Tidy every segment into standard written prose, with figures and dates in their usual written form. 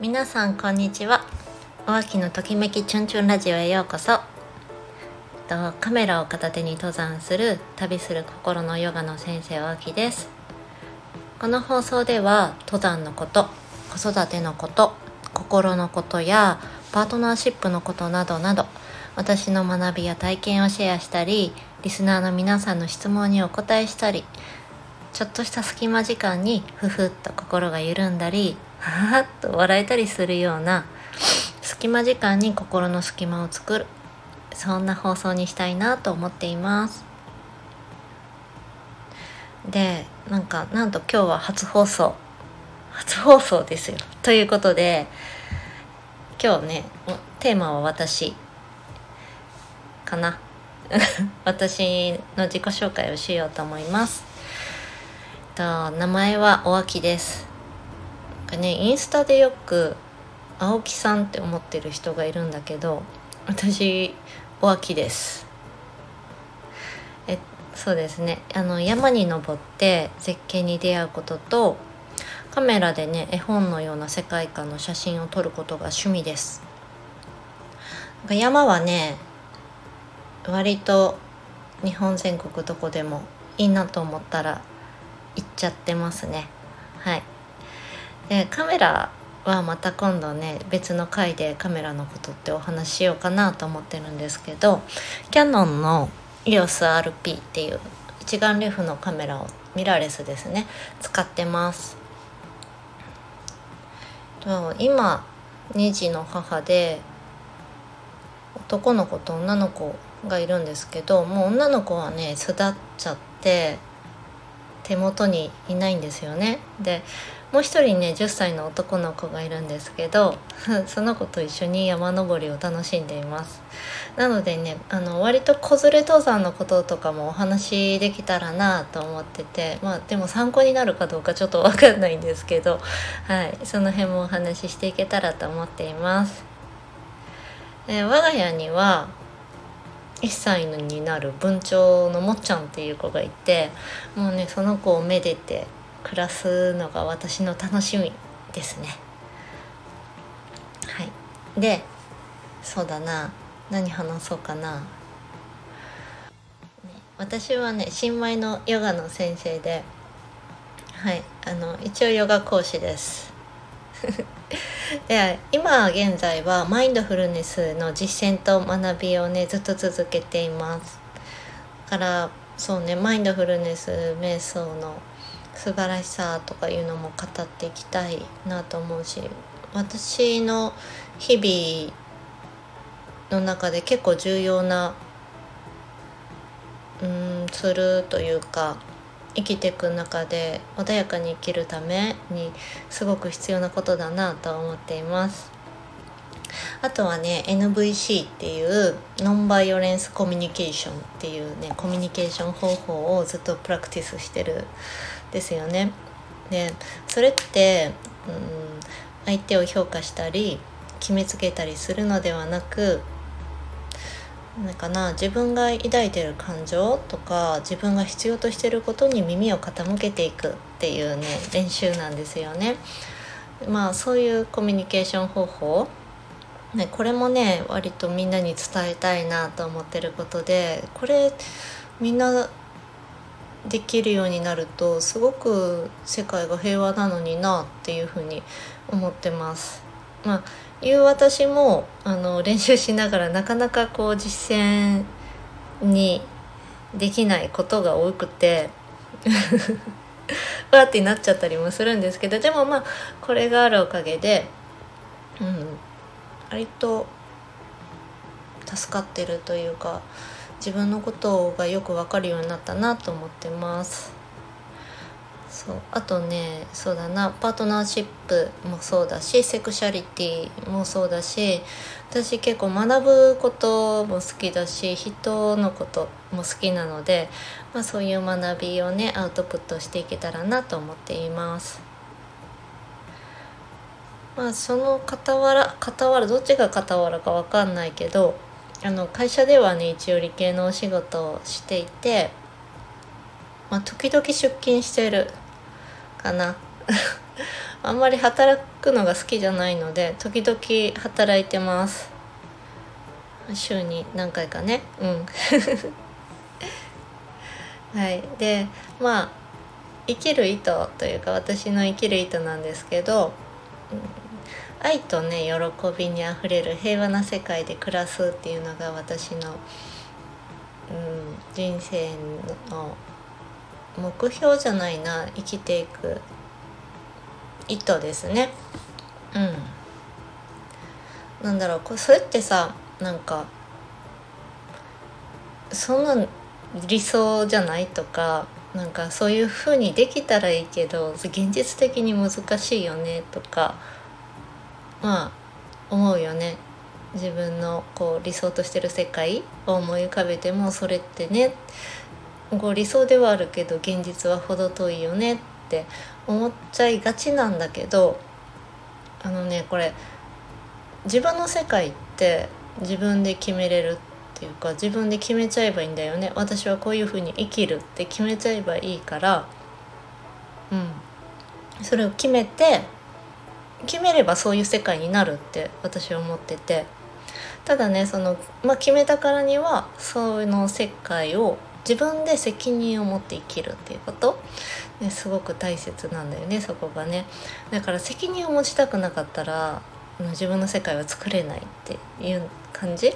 皆さんこんにちは。お秋のときめきチュンチュンラジオへようこそ。カメラを片手に登山する旅する心のヨガの先生お秋です。この放送では登山のこと、子育てのこと、心のことやパートナーシップのことなどなど、私の学びや体験をシェアしたり、リスナーの皆さんの質問にお答えしたり、ちょっとした隙間時間にふふっと心が緩んだり、はははっと笑えたりするような隙間時間に心の隙間を作る、そんな放送にしたいなと思っています。で、なんと今日は初放送ですよ。ということで、今日ね、テーマは私かな私の自己紹介をしようと思います。名前はおあきです。インスタでよく青木さんって思ってる人がいるんだけど、私おあきです。そうですね、山に登って絶景に出会うことと、カメラでね、絵本のような世界観の写真を撮ることが趣味です。山はね、割と日本全国どこでもいいなと思ったら行っちゃってますね。はい。で、カメラはまた今度ね、別の回でカメラのことってお話ししようかなと思ってるんですけど、キヤノンの EOS RP っていう一眼レフのカメラを、ミラーレスですね、使ってます。今2児の母で、男の子と女の子がいるんですけど、もう女の子はね巣立っちゃって手元にいないんですよね。で、もう一人ね10歳の男の子がいるんですけどその子と一緒に山登りを楽しんでいます。なのでね、割と子連れ登山のこととかもお話できたらなと思ってて、でも参考になるかどうかちょっと分かんないんですけど、はい、その辺もお話ししていけたらと思っています。我が家には1歳になる文鳥のもっちゃんっていう子がいて、もうねその子をめでて暮らすのが私の楽しみですね。はい。で、そうだな、何話そうかな。私はね新米のヨガの先生で、はい、一応ヨガ講師ですで、今現在はマインドフルネスの実践と学びをねずっと続けています。だからそうね、マインドフルネス瞑想の素晴らしさとかいうのも語っていきたいなと思うし、私の日々の中で結構重要なツールというか、生きていく中で穏やかに生きるためにすごく必要なことだなと思っています。あとはね NVC っていうノンバイオレンスコミュニケーションっていうねコミュニケーション方法をずっとプラクティスしてるんですよね。で、それって相手を評価したり決めつけたりするのではなく、自分が抱いている感情とか自分が必要としていることに耳を傾けていくっていうね練習なんですよね。そういうコミュニケーション方法、これもね割とみんなに伝えたいなと思ってることで、これみんなできるようになるとすごく世界が平和なのになっていうふうに思ってます。私も練習しながらなかなかこう実践にできないことが多くてわーってなっちゃったりもするんですけど、でもこれがあるおかげで、割と助かってるというか、自分のことがよく分かるようになったなと思ってます。あとね、そうだな、パートナーシップもそうだし、セクシャリティもそうだし、私結構学ぶことも好きだし、人のことも好きなので、そういう学びをねアウトプットしていけたらなと思っています。その傍らどっちが傍らか分かんないけど、会社ではね一応理系のお仕事をしていて、時々出勤してるかなあんまり働くのが好きじゃないので時々働いてます。週に何回かね。はい。でまあ生きる意図というか私の生きる意図なんですけど、愛とね喜びにあふれる平和な世界で暮らすっていうのが私の、人生の目標じゃないな、生きていく意図ですね。なんだろう、それってさ、なんかそんな理想じゃないとか、なんかそういう風にできたらいいけど現実的に難しいよねとか思うよね。自分のこう理想としてる世界を思い浮かべても、それってねこう理想ではあるけど現実は程遠いよねって思っちゃいがちなんだけど、これ自分の世界って自分で決めれるっていうか、自分で決めちゃえばいいんだよね。私はこういう風に生きるって決めちゃえばいいから、それを決めればそういう世界になるって私は思ってて、ただね決めたからにはその世界を自分で責任を持って生きるっていうこと、ね、すごく大切なんだよね、そこがね。だから責任を持ちたくなかったら自分の世界は作れないっていう感じ。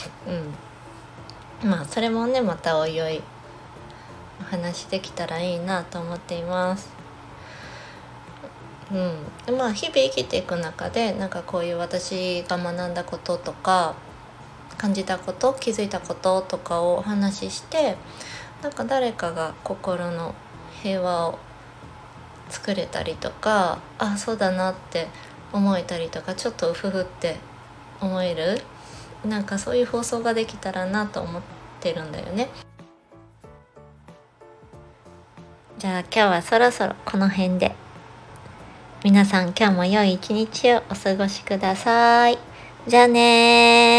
それもねまたおいおいお話できたらいいなと思っています。日々生きていく中でこういう私が学んだこととか感じたこと、気づいたこととかをお話しして、誰かが心の平和を作れたりとか、そうだなって思えたりとか、ちょっとうふふって思えるそういう放送ができたらなと思ってるんだよね。じゃあ今日はそろそろこの辺で。皆さん今日も良い一日をお過ごしください。じゃあねー。